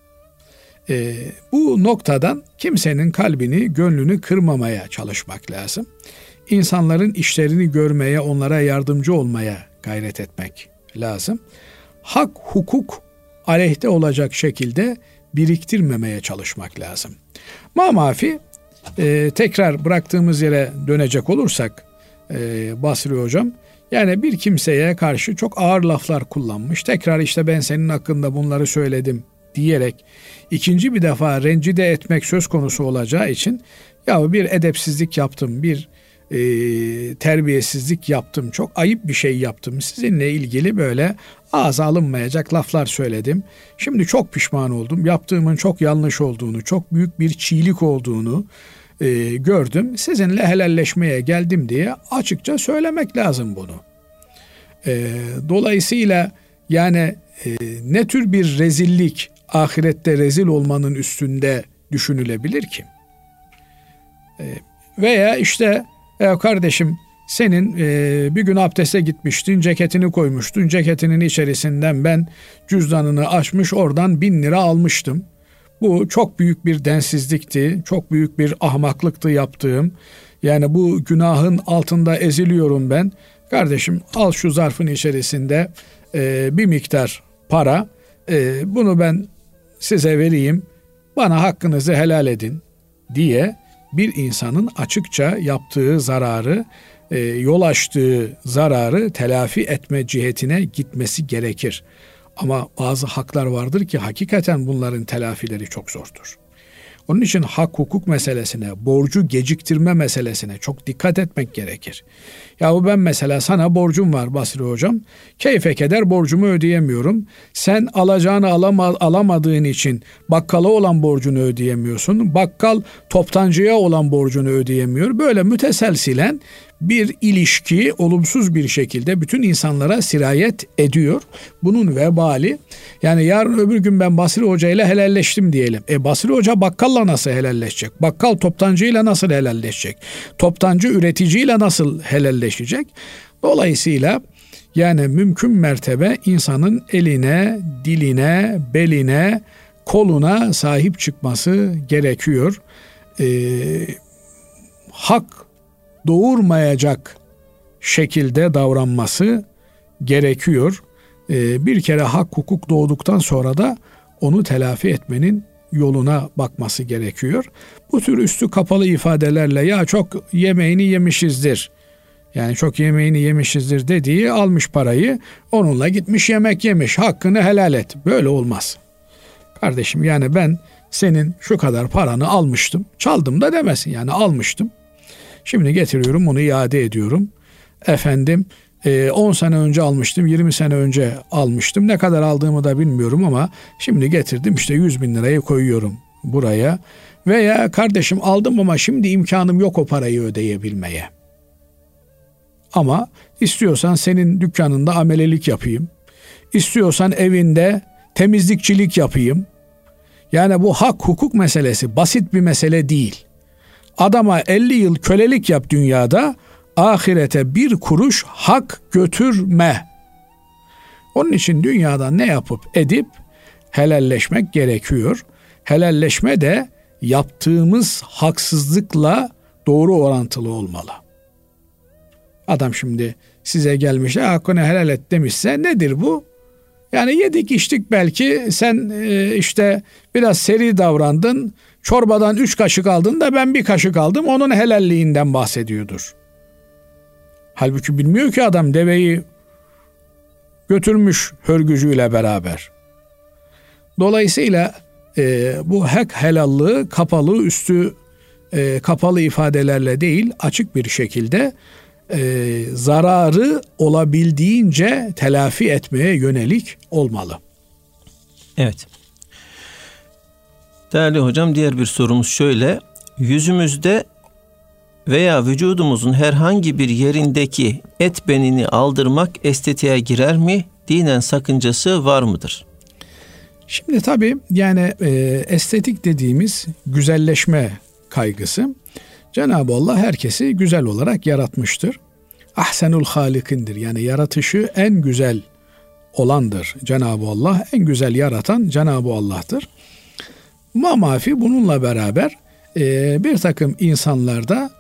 Ee, bu noktadan kimsenin kalbini, gönlünü kırmamaya çalışmak lazım. İnsanların işlerini görmeye, onlara yardımcı olmaya gayret etmek lazım. Hak, hukuk aleyhte olacak şekilde biriktirmemeye çalışmak lazım. Mamafi e, tekrar bıraktığımız yere dönecek olursak e, Basri Hocam, yani bir kimseye karşı çok ağır laflar kullanmış. Tekrar işte ben senin hakkında bunları söyledim diyerek ikinci bir defa rencide etmek söz konusu olacağı için ya bir edepsizlik yaptım, bir e, terbiyesizlik yaptım, çok ayıp bir şey yaptım, sizinle ilgili böyle ağza alınmayacak laflar söyledim. Şimdi çok pişman oldum, yaptığımın çok yanlış olduğunu, çok büyük bir çiğlik olduğunu e, gördüm. Sizinle helalleşmeye geldim diye açıkça söylemek lazım bunu. E, dolayısıyla yani e, ne tür bir rezillik ahirette rezil olmanın üstünde düşünülebilir ki? E, veya işte e, kardeşim senin e, bir gün abdeste gitmiştin, ceketini koymuştun, ceketinin içerisinden ben cüzdanını açmış oradan bin lira almıştım. Bu çok büyük bir densizlikti, çok büyük bir ahmaklıktı yaptığım. Yani bu günahın altında eziliyorum ben. Kardeşim al şu zarfın içerisinde e, bir miktar para, e, bunu ben size vereyim, bana hakkınızı helal edin diye bir insanın açıkça yaptığı zararı, e, yol açtığı zararı telafi etme cihetine gitmesi gerekir. Ama bazı haklar vardır ki hakikaten bunların telafileri çok zordur. Onun için hak hukuk meselesine, borcu geciktirme meselesine çok dikkat etmek gerekir. Yahu ben mesela sana borcum var Basri Hocam. Keyfe keder borcumu ödeyemiyorum. Sen alacağını alama, alamadığın için bakkala olan borcunu ödeyemiyorsun. Bakkal toptancıya olan borcunu ödeyemiyor. Böyle müteselsilen bir ilişki olumsuz bir şekilde bütün insanlara sirayet ediyor. Bunun vebali, yani yarın öbür gün ben Basri Hoca ile helalleştim diyelim. E Basri Hoca bakkalla nasıl helalleşecek? Bakkal toptancıyla nasıl helalleşecek? Toptancı üreticiyle nasıl helalleşecek? Dolayısıyla yani mümkün mertebe insanın eline, diline, beline, koluna sahip çıkması gerekiyor. Ee, hak doğurmayacak şekilde davranması gerekiyor. Ee, bir kere hak hukuk doğduktan sonra da onu telafi etmenin yoluna bakması gerekiyor. Bu tür üstü kapalı ifadelerle ya çok yemeğini yemişizdir, yani çok yemeğini yemişizdir dediği, almış parayı onunla gitmiş yemek yemiş, hakkını helal et. Böyle olmaz. Kardeşim yani ben senin şu kadar paranı almıştım, çaldım da demesin, yani almıştım. Şimdi getiriyorum, onu iade ediyorum. Efendim on sene önce almıştım, yirmi sene önce almıştım. Ne kadar aldığımı da bilmiyorum ama şimdi getirdim, işte yüz bin lirayı koyuyorum buraya. Veya kardeşim aldım ama şimdi imkanım yok o parayı ödeyebilmeye. Ama istiyorsan senin dükkanında amelelik yapayım. İstiyorsan evinde temizlikçilik yapayım. Yani bu hak hukuk meselesi basit bir mesele değil. Adama elli yıl kölelik yap dünyada, ahirete bir kuruş hak götürme. Onun için dünyada ne yapıp edip helalleşmek gerekiyor. Helalleşme de yaptığımız haksızlıkla doğru orantılı olmalı. Adam şimdi size gelmiş, hakkını helal et demişse nedir bu? Yani yedik içtik, belki sen e, işte biraz seri davrandın, çorbadan üç kaşık aldın da ben bir kaşık aldım, onun helalliğinden bahsediyordur. Halbuki bilmiyor ki adam, deveyi götürmüş hörgücüyle beraber. Dolayısıyla e, bu hak helallığı kapalı, üstü e, kapalı ifadelerle değil, açık bir şekilde e, zararı olabildiğince telafi etmeye yönelik olmalı.
Evet. Değerli hocam, diğer bir sorumuz şöyle: yüzümüzde veya vücudumuzun herhangi bir yerindeki et benini aldırmak estetiğe girer mi? Dinen sakıncası var mıdır?
Şimdi tabii yani e, estetik dediğimiz güzelleşme kaygısı, Cenab-ı Allah herkesi güzel olarak yaratmıştır. Ahsenul halikindir, yani yaratışı en güzel olandır Cenab-ı Allah. En güzel yaratan Cenab-ı Allah'tır. Mamafi bununla beraber e, bir takım insanlarda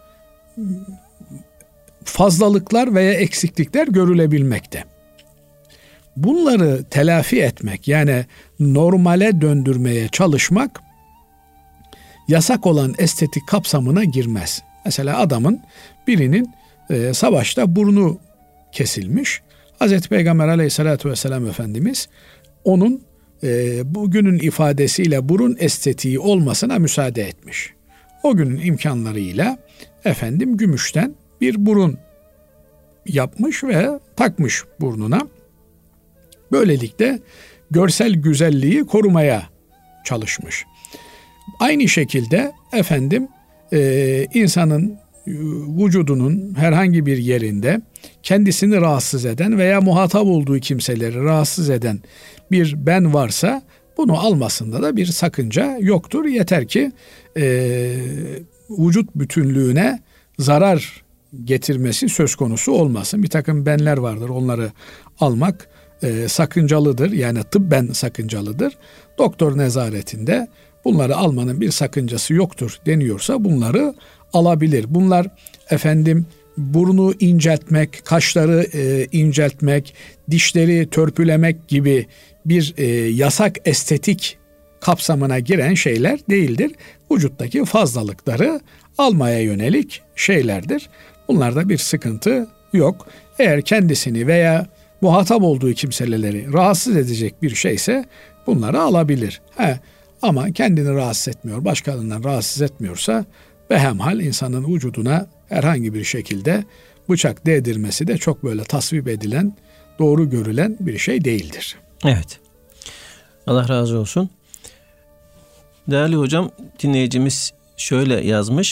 fazlalıklar veya eksiklikler görülebilmekte. Bunları telafi etmek, yani normale döndürmeye çalışmak yasak olan estetik kapsamına girmez. Mesela adamın, birinin e, savaşta burnu kesilmiş. Hazreti Peygamber Aleyhisselatü Vesselam Efendimiz onun e, bugünün ifadesiyle burun estetiği olmasına müsaade etmiş. O günün imkanlarıyla efendim gümüşten bir burun yapmış ve takmış burnuna. Böylelikle görsel güzelliği korumaya çalışmış. Aynı şekilde efendim e, insanın vücudunun herhangi bir yerinde kendisini rahatsız eden veya muhatap olduğu kimseleri rahatsız eden bir ben varsa bunu almasında da bir sakınca yoktur. Yeter ki e, vücut bütünlüğüne zarar getirmesi söz konusu olmasın. Bir takım benler vardır, onları almak e, sakıncalıdır, yani tıbben sakıncalıdır. Doktor nezaretinde bunları almanın bir sakıncası yoktur deniyorsa bunları alabilir. Bunlar efendim burnu inceltmek, kaşları e, inceltmek, dişleri törpülemek gibi bir e, yasak estetik kapsamına giren şeyler değildir. Vücuttaki fazlalıkları almaya yönelik şeylerdir. Bunlarda bir sıkıntı yok. Eğer kendisini veya muhatap olduğu kimseleri rahatsız edecek bir şeyse bunları alabilir. He, ama kendini rahatsız etmiyor, başkalarından rahatsız etmiyorsa behemhal insanın vücuduna herhangi bir şekilde bıçak değdirmesi de çok böyle tasvip edilen, doğru görülen bir şey değildir.
Evet. Allah razı olsun. Değerli hocam, dinleyicimiz şöyle yazmış: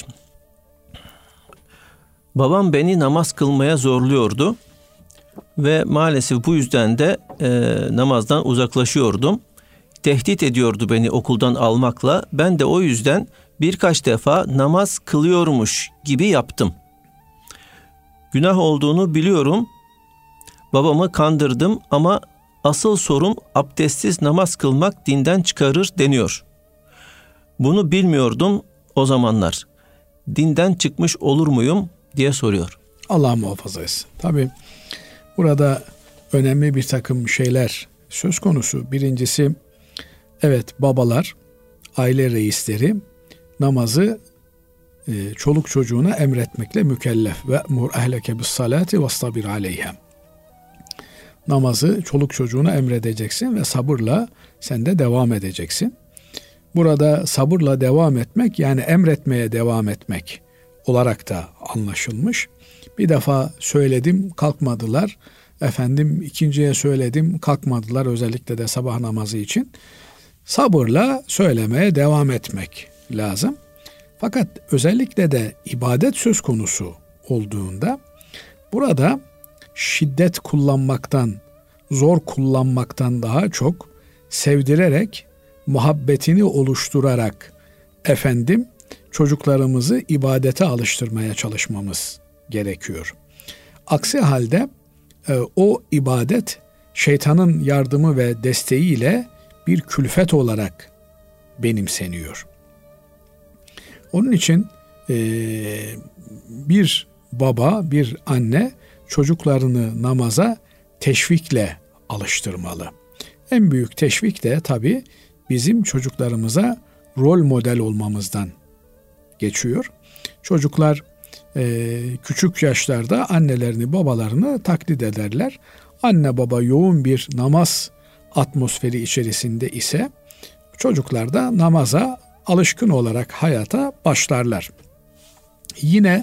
babam beni namaz kılmaya zorluyordu ve maalesef bu yüzden de e, namazdan uzaklaşıyordum. Tehdit ediyordu beni okuldan almakla. Ben de o yüzden birkaç defa namaz kılıyormuş gibi yaptım. Günah olduğunu biliyorum. Babamı kandırdım ama asıl sorun abdestsiz namaz kılmak dinden çıkarır deniyor. Bunu bilmiyordum o zamanlar. Dinden çıkmış olur muyum diye soruyor.
Allah muhafaza etsin. Tabii burada önemli bir takım şeyler söz konusu. Birincisi, evet, babalar, aile reisleri namazı e, çoluk çocuğuna emretmekle mükellef. Ve mur ehleke bis salati vestabir aleyha. Namazı çoluk çocuğuna emredeceksin ve sabırla sen de devam edeceksin. Burada sabırla devam etmek, yani emretmeye devam etmek olarak da anlaşılmış. Bir defa söyledim, kalkmadılar. Efendim ikinciye söyledim, kalkmadılar, özellikle de sabah namazı için. Sabırla söylemeye devam etmek lazım. Fakat özellikle de ibadet söz konusu olduğunda burada şiddet kullanmaktan, zor kullanmaktan daha çok sevdirerek, muhabbetini oluşturarak efendim çocuklarımızı ibadete alıştırmaya çalışmamız gerekiyor. Aksi halde e, o ibadet şeytanın yardımı ve desteğiyle bir külfet olarak benimseniyor. Onun için e, bir baba, bir anne çocuklarını namaza teşvikle alıştırmalı. En büyük teşvik de tabii bizim çocuklarımıza rol model olmamızdan geçiyor. Çocuklar e, küçük yaşlarda annelerini, babalarını taklit ederler. Anne baba yoğun bir namaz atmosferi içerisinde ise çocuklar da namaza alışkın olarak hayata başlarlar. Yine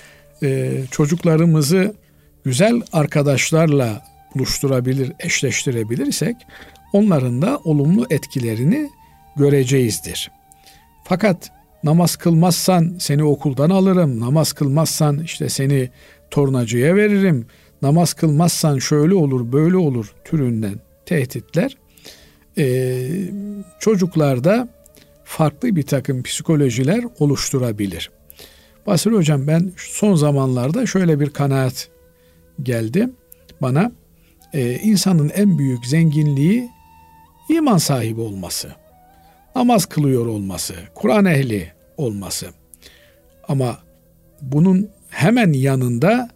e, çocuklarımızı güzel arkadaşlarla buluşturabilir, eşleştirebilirsek onların da olumlu etkilerini göreceğizdir. Fakat namaz kılmazsan seni okuldan alırım, namaz kılmazsan işte seni tornacıya veririm, namaz kılmazsan şöyle olur, böyle olur türünden tehditler e, çocuklarda farklı bir takım psikolojiler oluşturabilir. Basri Hocam, ben son zamanlarda şöyle bir kanaat geldi bana. Ee, insanın en büyük zenginliği iman sahibi olması, namaz kılıyor olması, Kur'an ehli olması. Ama bunun hemen yanında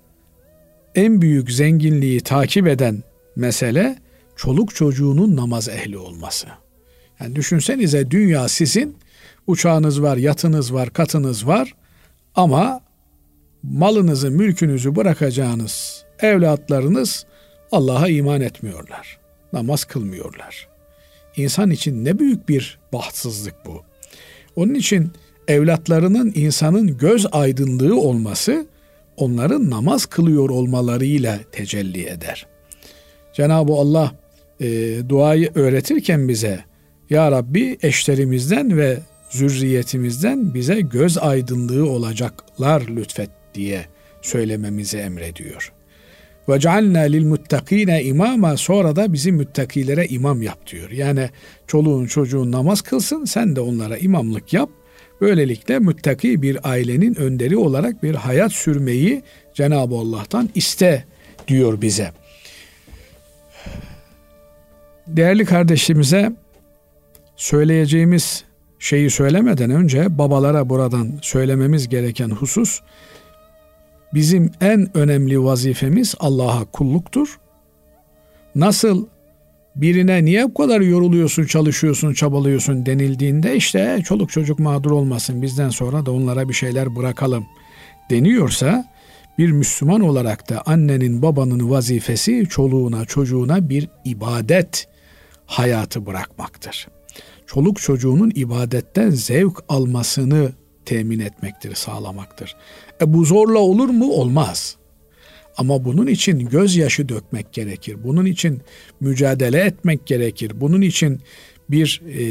en büyük zenginliği takip eden mesele çoluk çocuğunun namaz ehli olması. Yani düşünsenize, dünya sizin, uçağınız var, yatınız var, katınız var ama malınızı, mülkünüzü bırakacağınız evlatlarınız Allah'a iman etmiyorlar. Namaz kılmıyorlar. İnsan için ne büyük bir bahtsızlık bu. Onun için evlatlarının, insanın göz aydınlığı olması onların namaz kılıyor olmalarıyla tecelli eder. Cenab-ı Allah e, duayı öğretirken bize Ya Rabbi eşlerimizden ve zürriyetimizden bize göz aydınlığı olacaklar lütfet diye söylememizi emrediyor. وَجَعَلْنَا لِلْمُتَّقِينَ imama, sonra da bizi müttakilere imam yap diyor. Yani çoluğun çocuğun namaz kılsın, sen de onlara imamlık yap. Böylelikle müttaki bir ailenin önderi olarak bir hayat sürmeyi Cenab-ı Allah'tan iste diyor bize. Değerli kardeşimize söyleyeceğimiz şeyi söylemeden önce babalara buradan söylememiz gereken husus, bizim en önemli vazifemiz Allah'a kulluktur. Nasıl birine niye bu kadar yoruluyorsun, çalışıyorsun, çabalıyorsun denildiğinde işte çoluk çocuk mağdur olmasın, bizden sonra da onlara bir şeyler bırakalım deniyorsa, bir Müslüman olarak da annenin babanın vazifesi çoluğuna çocuğuna bir ibadet hayatı bırakmaktır. Çoluk çocuğunun ibadetten zevk almasını temin etmektir, sağlamaktır. E bu zorla olur mu? Olmaz. Ama bunun için gözyaşı dökmek gerekir. Bunun için mücadele etmek gerekir. Bunun için bir e,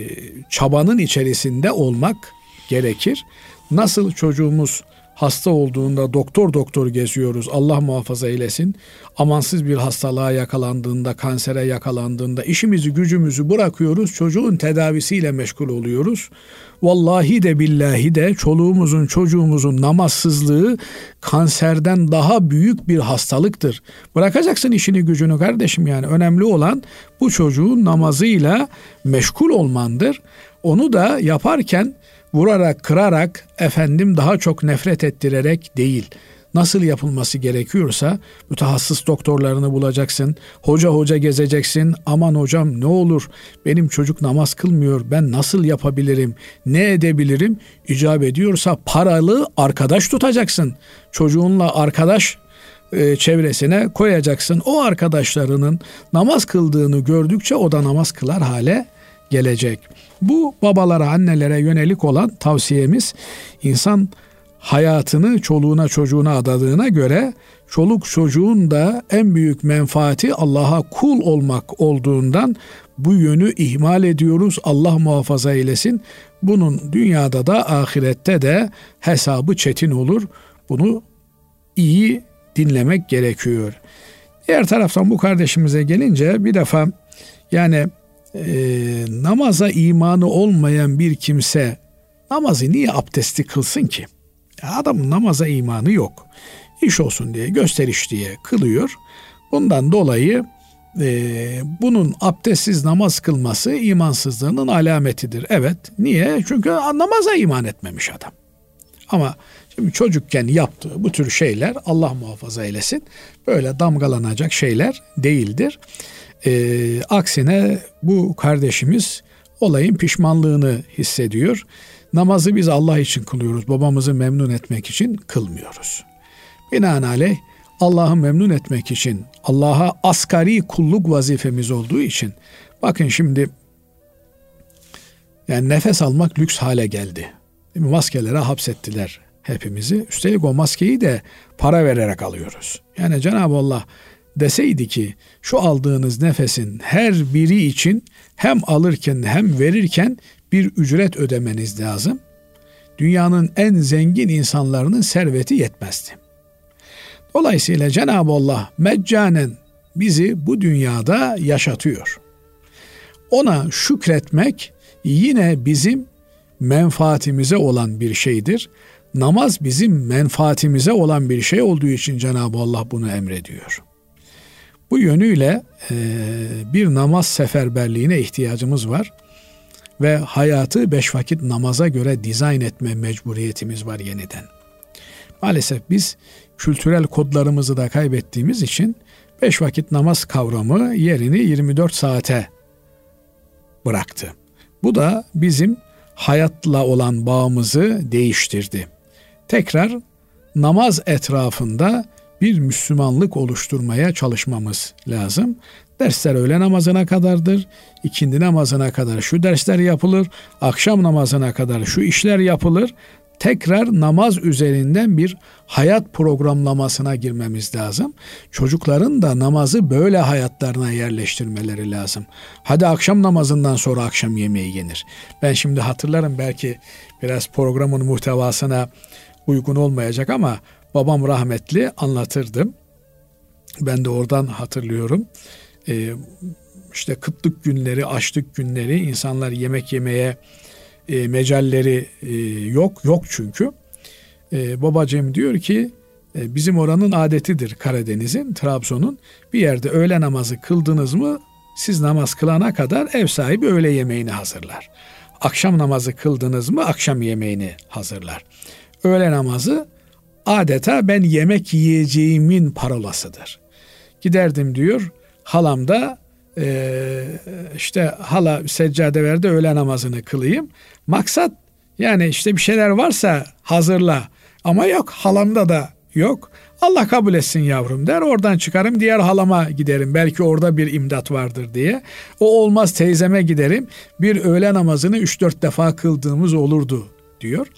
çabanın içerisinde olmak gerekir. Nasıl çocuğumuz hasta olduğunda doktor doktor geziyoruz, Allah muhafaza eylesin. Amansız bir hastalığa yakalandığında, kansere yakalandığında işimizi gücümüzü bırakıyoruz, çocuğun tedavisiyle meşgul oluyoruz. Vallahi de billahi de çoluğumuzun çocuğumuzun namazsızlığı kanserden daha büyük bir hastalıktır. Bırakacaksın işini gücünü kardeşim, yani önemli olan bu çocuğun namazıyla meşgul olmandır. Onu da yaparken vurarak, kırarak, efendim daha çok nefret ettirerek değil, nasıl yapılması gerekiyorsa mütehassıs doktorlarını bulacaksın, hoca hoca gezeceksin, aman hocam ne olur benim çocuk namaz kılmıyor, ben nasıl yapabilirim, ne edebilirim, icap ediyorsa paralı arkadaş tutacaksın, çocuğunla arkadaş e, çevresine koyacaksın, o arkadaşlarının namaz kıldığını gördükçe o da namaz kılar hale gelecek. Bu babalara, annelere yönelik olan tavsiyemiz. İnsan hayatını çoluğuna çocuğuna adadığına göre çoluk çocuğun da en büyük menfaati Allah'a kul olmak olduğundan bu yönü ihmal ediyoruz. Allah muhafaza eylesin. Bunun dünyada da ahirette de hesabı çetin olur. Bunu iyi dinlemek gerekiyor. Diğer taraftan bu kardeşimize gelince, bir defa yani e, namaza imanı olmayan bir kimse namazı niye abdesti kılsın ki? Adamın namaza imanı yok. İş olsun diye, gösteriş diye kılıyor. Bundan dolayı e, bunun abdestsiz namaz kılması imansızlığının alametidir. Evet. Niye? Çünkü namaza iman etmemiş adam. Ama Şimdi çocukken yaptığı bu tür şeyler, Allah muhafaza eylesin, böyle damgalanacak şeyler değildir. Ee, aksine bu kardeşimiz olayın pişmanlığını hissediyor. Namazı biz Allah için kılıyoruz, babamızı memnun etmek için kılmıyoruz. Binaenaleyh Allah'ı memnun etmek için, Allah'a asgari kulluk vazifemiz olduğu için, bakın şimdi yani nefes almak lüks hale geldi. Maskelere hapsettiler hepimizi. Üstelik o maskeyi de para vererek alıyoruz. Yani Cenab-ı Allah deseydi ki şu aldığınız nefesin her biri için hem alırken hem verirken bir ücret ödemeniz lazım. Dünyanın en zengin insanlarının serveti yetmezdi. Dolayısıyla Cenab-ı Allah meccanen bizi bu dünyada yaşatıyor. Ona şükretmek yine bizim menfaatimize olan bir şeydir. Namaz bizim menfaatimize olan bir şey olduğu için Cenab-ı Allah bunu emrediyor. Bu yönüyle e, bir namaz seferberliğine ihtiyacımız var ve hayatı beş vakit namaza göre dizayn etme mecburiyetimiz var yeniden. Maalesef biz kültürel kodlarımızı da kaybettiğimiz için beş vakit namaz kavramı yerini yirmi dört saate bıraktı. Bu da bizim hayatla olan bağımızı değiştirdi. Tekrar namaz etrafında bir Müslümanlık oluşturmaya çalışmamız lazım. Dersler öğle namazına kadardır, ikindi namazına kadar şu dersler yapılır, akşam namazına kadar şu işler yapılır. Tekrar namaz üzerinden bir hayat programlamasına girmemiz lazım. Çocukların da namazı böyle hayatlarına yerleştirmeleri lazım. Hadi akşam namazından sonra akşam yemeği yenir. Ben şimdi hatırlarım, belki biraz programın muhtevasına uygun olmayacak ama babam rahmetli anlatırdım. Ben de oradan hatırlıyorum. Ee, işte kıtlık günleri, açlık günleri, insanlar yemek yemeye E, mecalleri e, yok yok çünkü e, babacığım diyor ki e, bizim oranın adetidir, Karadeniz'in, Trabzon'un, bir yerde öğle namazı kıldınız mı siz namaz kılana kadar ev sahibi öğle yemeğini hazırlar. Akşam namazı kıldınız mı akşam yemeğini hazırlar. Öğle namazı adeta ben yemek yiyeceğimin parolasıdır. Giderdim diyor, halam da Ee, işte hala seccade verdi, öğle namazını kılayım. Maksat yani işte bir şeyler varsa hazırla. Ama yok, halamda da yok. Allah kabul etsin yavrum der. Oradan çıkarım, diğer halama giderim. Belki orada bir imdat vardır diye. O olmaz teyzeme giderim. Bir öğle namazını üç dört defa kıldığımız olurdu diyor.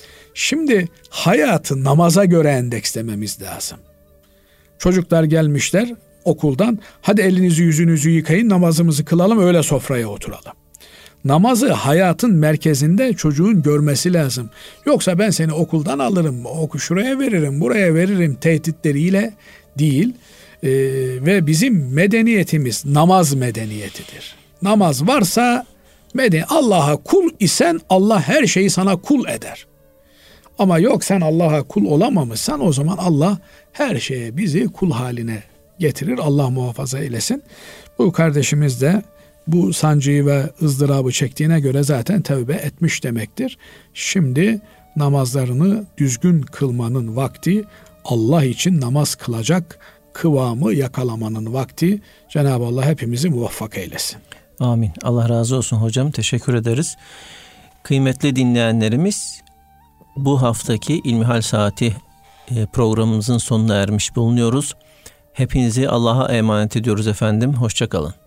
Şimdi hayatı namaza göre endekslememiz lazım. Çocuklar gelmişler okuldan, hadi elinizi yüzünüzü yıkayın, namazımızı kılalım, öyle sofraya oturalım. Namazı hayatın merkezinde çocuğun görmesi lazım. Yoksa ben seni okuldan alırım, oku şuraya veririm, buraya veririm tehditleriyle değil. Ee, ve bizim medeniyetimiz namaz medeniyetidir. Namaz varsa meden Allah'a kul isen Allah her şeyi sana kul eder. Ama yok, sen Allah'a kul olamamışsan o zaman Allah her şeye bizi kul haline getirir. Allah muhafaza eylesin. Bu kardeşimiz de bu sancıyı ve ızdırabı çektiğine göre zaten tevbe etmiş demektir. Şimdi namazlarını düzgün kılmanın vakti, Allah için namaz kılacak kıvamı yakalamanın vakti. Cenab-ı Allah hepimizi muvaffak eylesin.
Amin. Allah razı olsun hocam. Teşekkür ederiz. Kıymetli dinleyenlerimiz, bu haftaki İlmihal Saati programımızın sonuna ermiş bulunuyoruz. Hepinizi Allah'a emanet ediyoruz efendim. Hoşça kalın.